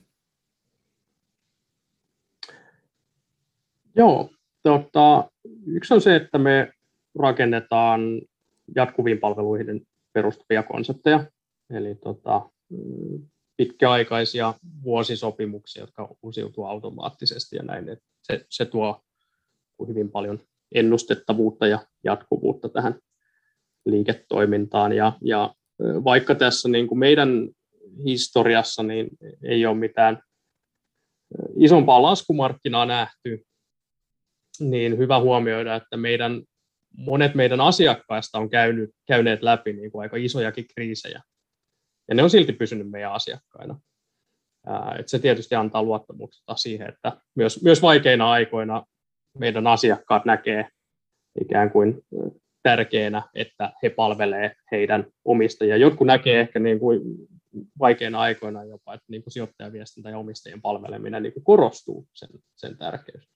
Joo, yksi on se, että me rakennetaan jatkuviin palveluihin perustuvia konsepteja, eli pitkäaikaisia vuosisopimuksia, jotka uusiutuu automaattisesti ja näin. Että se tuo hyvin paljon ennustettavuutta ja jatkuvuutta tähän liiketoimintaan. Ja vaikka tässä niin kuin meidän historiassa niin ei ole mitään isompaa laskumarkkinaa nähty, niin hyvä huomioida, että monet meidän asiakkaista on käyneet läpi niin kuin aika isojakin kriisejä. Ja ne on silti pysynyt meidän asiakkaina. Et se tietysti antaa luottamusta siihen, että myös vaikeina aikoina meidän asiakkaat näkee ikään kuin tärkeänä, että he palvelee heidän omistajia. Jotkut näkee ehkä niin kuin vaikeina aikoina jopa, että niin kuin sijoittajaviestintä ja omistajien palveleminen niin kuin korostuu sen tärkeys.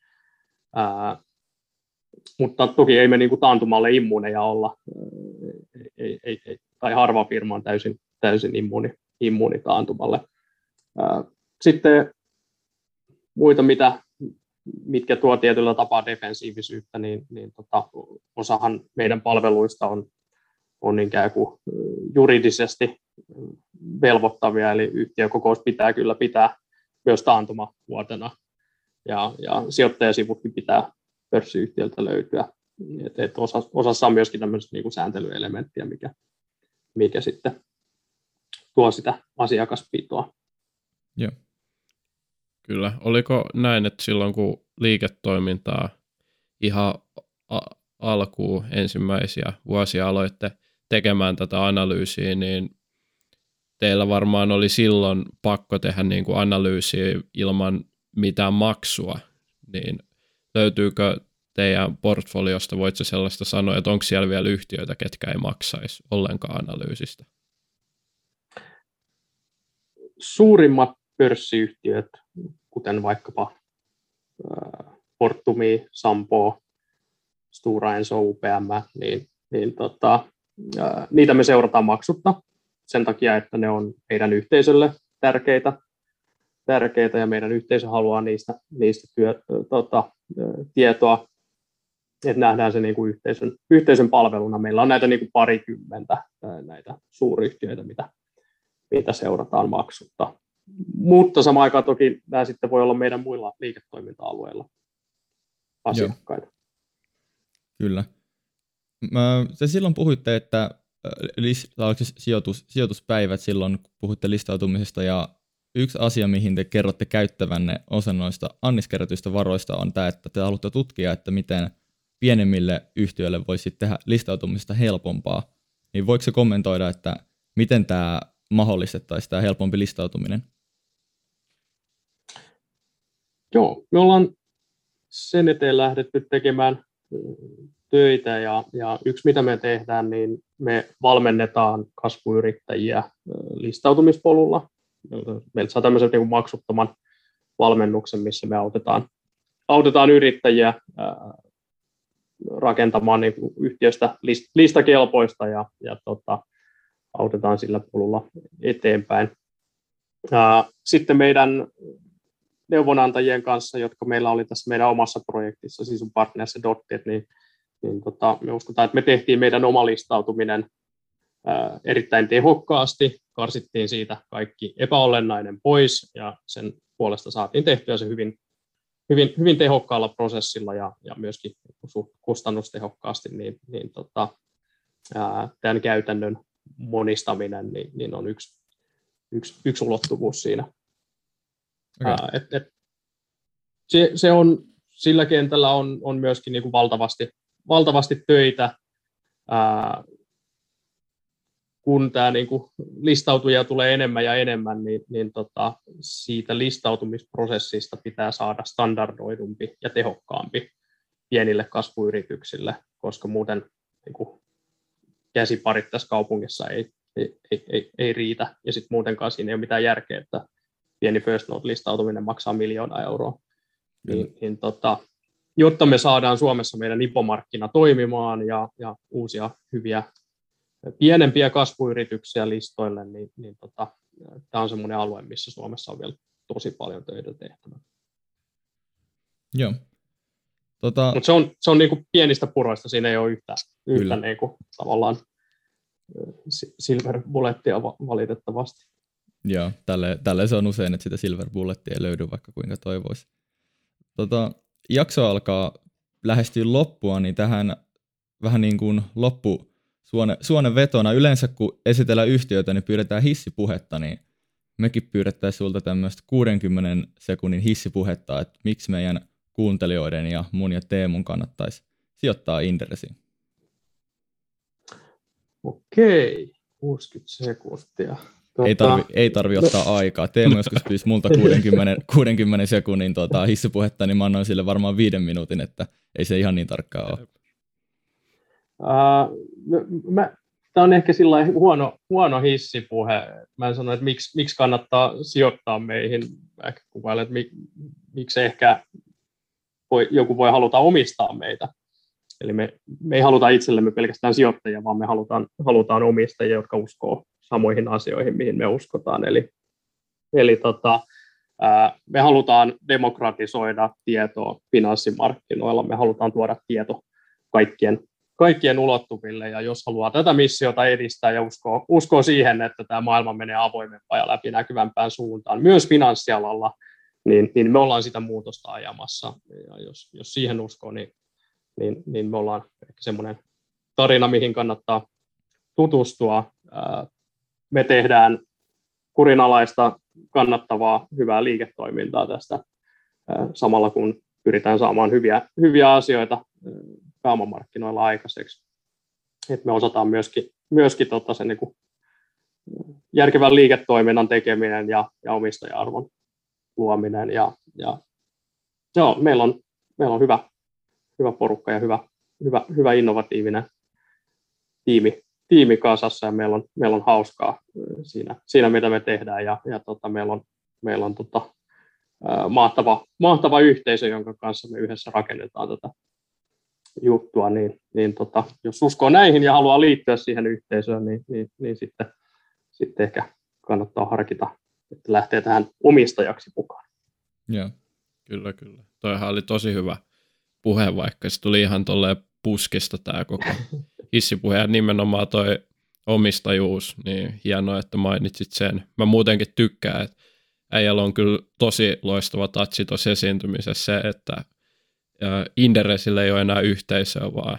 Mutta toki ei me niin kuin taantumalle immuuneja olla, tai harva firma on täysin immuuni taantumalle. Sitten muita, mitkä tuo tietyllä tapaa defensiivisyyttä, niin osahan meidän palveluista on ikään kuin juridisesti velvoittavia, eli yhtiökokous pitää kyllä pitää myös taantumavuotena, ja sijoittajasivutkin pitää pörssiyhtiöltä löytyä. Et osassa on myöskin tämmöistä niin kuin sääntelyelementtiä, mikä sitten tuo sitä asiakaspitoa. Joo. Kyllä. Oliko näin, että silloin kun liiketoimintaa ihan alkuun ensimmäisiä vuosia aloitte tekemään tätä analyysiä, niin teillä varmaan oli silloin pakko tehdä niin kuin analyysiä ilman mitään maksua, niin löytyykö teidän portfoliosta, voitko sellaista sanoa, että onko siellä vielä yhtiöitä, ketkä ei maksaisi ollenkaan analyysistä? Suurimmat pörssiyhtiöt, kuten vaikkapa Fortumi, Sampo, Stora Enso, UPM, niitä me seurataan maksutta sen takia, että ne on meidän yhteisölle tärkeitä ja meidän yhteisö haluaa niistä tietoa, että nähdään se niin kuin yhteisön palveluna. Meillä on näitä niin kuin parikymmentä näitä suuryhtiöitä, mitä seurataan maksutta. Mutta samaan aikaan toki nämä sitten voi olla meidän muilla liiketoiminta-alueilla asiakkaita. Joo. Kyllä. Te silloin puhuitte, että sijoituspäivät silloin, kun puhutte listautumisesta, ja yksi asia, mihin te kerrotte käyttävänne osa noista anniskerätyistä varoista, on tämä, että te haluatte tutkia, että miten pienemmille yhtiöille voisi tehdä listautumisesta helpompaa. Niin voiko se kommentoida, että miten tämä mahdollistettaisiin, tämä helpompi listautuminen? Joo, me ollaan sen eteen lähdetty tekemään töitä, ja yksi mitä me tehdään, niin me valmennetaan kasvuyrittäjiä listautumispolulla. Meiltä saa tämmöisen niin kuin maksuttoman valmennuksen, missä me autetaan yrittäjiä rakentamaan niin kuin yhtiöstä listakelpoista ja autetaan sillä polulla eteenpäin. Sitten meidän neuvonantajien kanssa, jotka meillä oli tässä meidän omassa projektissa, siis Partners ja Dotted, niin me uskotaan, että me tehtiin meidän oma listautuminen erittäin tehokkaasti, karsittiin siitä kaikki epäolennainen pois, ja sen puolesta saatiin tehtyä se hyvin tehokkaalla prosessilla ja myöskin kustannustehokkaasti, tämän käytännön monistaminen niin on yksi ulottuvuus siinä. Okay. Se on, sillä kentällä on myöskin niin kuin valtavasti töitä, kun tämä niin kuin listautuja tulee enemmän ja enemmän, niin siitä listautumisprosessista pitää saada standardoidumpi ja tehokkaampi pienille kasvuyrityksille, koska muuten niin kuin käsiparit tässä kaupungissa ei riitä, ja sitten muutenkaan siinä ei ole mitään järkeä, että pieni First Note-listautuminen maksaa 1 miljoonaa euroa. Jotta me saadaan Suomessa meidän IPO-markkina toimimaan ja uusia hyviä pienempiä kasvuyrityksiä listoille, niin tämä on semmoinen alue, missä Suomessa on vielä tosi paljon töitä tehtävä. Joo. Mutta se on niinku pienistä puroista, siinä ei ole yhtä niinku, tavallaan silver bullettia valitettavasti. Joo, tälle se on usein, että sitä silver bullettia ei löydy, vaikka kuinka toivoisi. Jakso alkaa lähestyä loppua, niin tähän vähän niin kuin suonen vetona. Yleensä kun esitellään yhtiöitä, niin pyydetään hissipuhetta, niin mekin pyydettäisiin sulta tämmöistä 60 sekunnin hissipuhetta, että miksi meidän kuuntelijoiden ja mun ja Teemun kannattaisi sijoittaa Inderesiin. Okei, 60 sekuntia. Ei tarvi ottaa aikaa. Teemu joskus pyysi multa 60 sekunnin hissipuhetta, niin mä annoin sille varmaan 5 minuutin, että ei se ihan niin tarkkaa ole. Tämä on ehkä sillain huono hissipuhe. Mä en sano, että miksi kannattaa sijoittaa meihin. Ehkä kuvailen, että miksi ehkä joku voi haluta omistaa meitä. Eli me ei haluta itsellemme pelkästään sijoittajia, vaan me halutaan omistajia, jotka uskoo samoihin asioihin, mihin me uskotaan. Eli me halutaan demokratisoida tietoa finanssimarkkinoilla, me halutaan tuoda tieto kaikkien ulottuville, ja jos haluaa tätä missiota edistää ja uskoo siihen, että tämä maailma menee avoimempaan ja läpinäkyvämpään suuntaan, myös finanssialalla, niin me ollaan sitä muutosta ajamassa, ja jos siihen uskoo, niin me ollaan ehkä semmoinen tarina, mihin kannattaa tutustua. Me tehdään kurinalaista, kannattavaa, hyvää liiketoimintaa tästä samalla, kun pyritään saamaan hyviä asioita pääomamarkkinoilla aikaiseksi. Et me osataan myöskin sen niin kuin järkevän liiketoiminnan tekeminen ja omistaja-arvon luominen. Joo, meillä on hyvä porukka ja hyvä innovatiivinen tiimi kasassa, ja meillä on hauskaa siinä mitä me tehdään, ja meillä on mahtava yhteisö, jonka kanssa me yhdessä rakennetaan tätä juttua, niin jos uskoo näihin ja haluaa liittyä siihen yhteisöön, niin sitten ehkä kannattaa harkita, että lähtee tähän omistajaksi mukaan. Joo. Kyllä. Toihan oli tosi hyvä puhe, vaikka se tuli ihan tolleen puskista tämä koko hissipuhe, ja nimenomaan toi omistajuus, niin hienoa, että mainitsit sen. Mä muutenkin tykkään, että äijällä on kyllä tosi loistava tatsi tuossa esiintymisessä se, että Inderesillä ei ole enää yhteisöä, vaan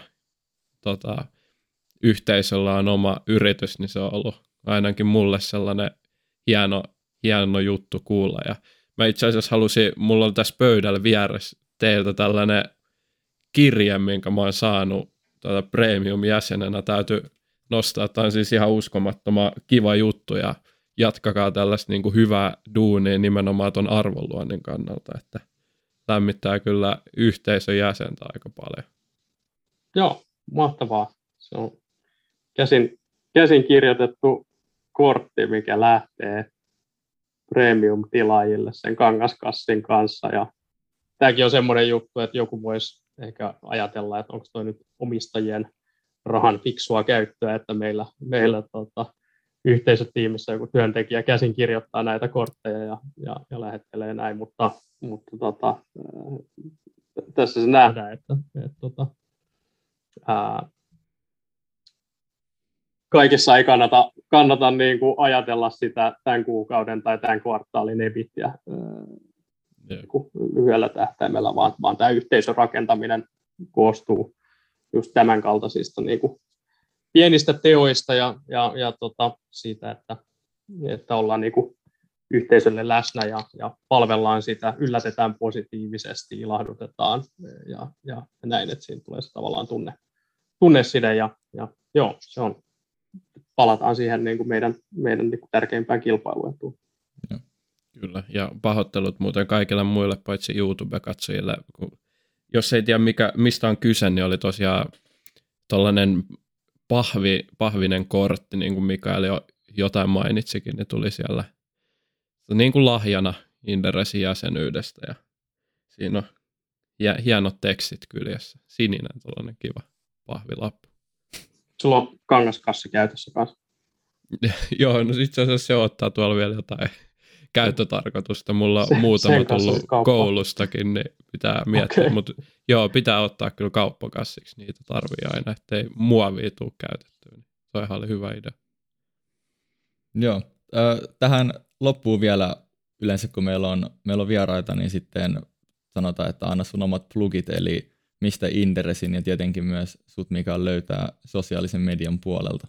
yhteisöllä on oma yritys, niin se on ollut ainakin mulle sellainen hieno juttu kuulla. Ja mä itse asiassa mulla on tässä pöydällä vieressä teiltä tällainen kirje, minkä mä oon saanut Premium-jäsenenä. Täytyy nostaa, tämä on siis ihan uskomattoman kiva juttu, ja jatkakaa tällaista niin kuin hyvää duunia nimenomaan ton arvonluonnin kannalta, että lämmittää kyllä yhteisön jäsentä aika paljon. Joo, mahtavaa. Se on käsin kirjoitettu kortti, mikä lähtee premium-tilaajille sen kangaskassin kanssa. Ja tämäkin on semmoinen juttu, että joku voisi ehkä ajatella, että onko toi nyt omistajien rahan fiksua käyttöä, että meillä yhteisötiimissä joku työntekijä käsin kirjoittaa näitä kortteja ja lähettelee näin, mutta tässä se nähdään, että kaikessa ei kannata niin kuin ajatella sitä tämän kuukauden tai tämän kvartaalin ebittiä lyhyellä tähtäimellä, vaan tämä yhteisön rakentaminen koostuu just tämän kaltaisista niin kuin pienistä teoista ja siitä, että ollaan niin kuin yhteisölle läsnä ja palvellaan sitä, yllätetään positiivisesti, ilahdutetaan ja näin, että siinä tulee se tavallaan tunneside ja joo, se on, palataan siihen niin kuin meidän niin kuin tärkeimpään kilpailuetuun. Kyllä, ja pahoittelut muuten kaikille muille paitsi YouTube-katsojille. Jos ei tiedä mistä on kyse, niin oli tosiaan tollainen pahvinen kortti, niin kuin Mikael jo jotain mainitsikin, niin tuli Se on niin kuin lahjana Inderesin jäsenyydestä ja siinä on hienot tekstit kyljessä. Sininen tuollainen kiva pahvilappu. Sulla on kangaskassi käytössä kanssa. Joo, no itse asiassa se ottaa tuolla vielä jotain käyttötarkoitusta. Mulla on muutama tullut koulustakin, niin pitää miettiä. Okay. Mutta joo, pitää ottaa kyllä kauppakassiksi. Niitä tarvii aina, ettei muovia tule käytettyä. Se on ihan hyvä idea. Joo. Tähän loppuu vielä yleensä, kun meillä on vieraita, niin sitten sanotaan, että anna sun omat plugit, eli mistä Inderesin ja tietenkin myös sut, Mikael, löytää sosiaalisen median puolelta.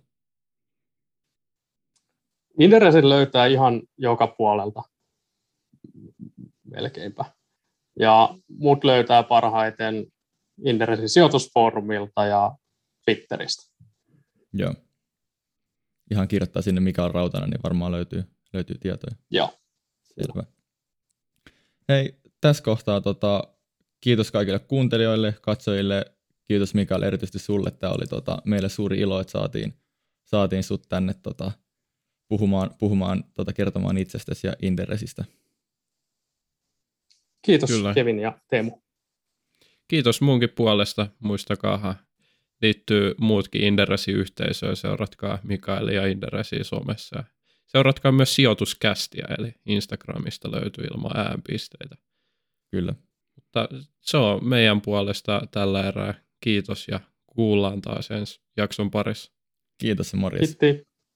Inderesin löytää ihan joka puolelta, melkeinpä. Ja mut löytää parhaiten Inderesin sijoitusfoorumilta ja Twitteristä. Joo. Ihan kirjoittaa sinne Mikael Rautanen, niin varmaan löytyy tietoja. Joo. Selvä. Hei, tässä kohtaa kiitos kaikille kuuntelijoille, katsojille. Kiitos Mikael erityisesti sulle. Tämä oli meille suuri ilo, että saatiin sut tänne puhumaan kertomaan itsestäsi ja Inderesistä. Kiitos Kyllä. Kevin ja Teemu. Kiitos munkin puolesta. Muistakaahan, liittyy muutkin Inderesin yhteisöön. Seuratkaa Mikaelia Inderesin somessa. Seuratkaa myös sijoituskästiä, eli Instagramista löytyy ilman äänpisteitä. Kyllä. Mutta se on meidän puolesta tällä erää. Kiitos ja kuullaan taas ensi jakson parissa. Kiitos ja morjes. Kiitos.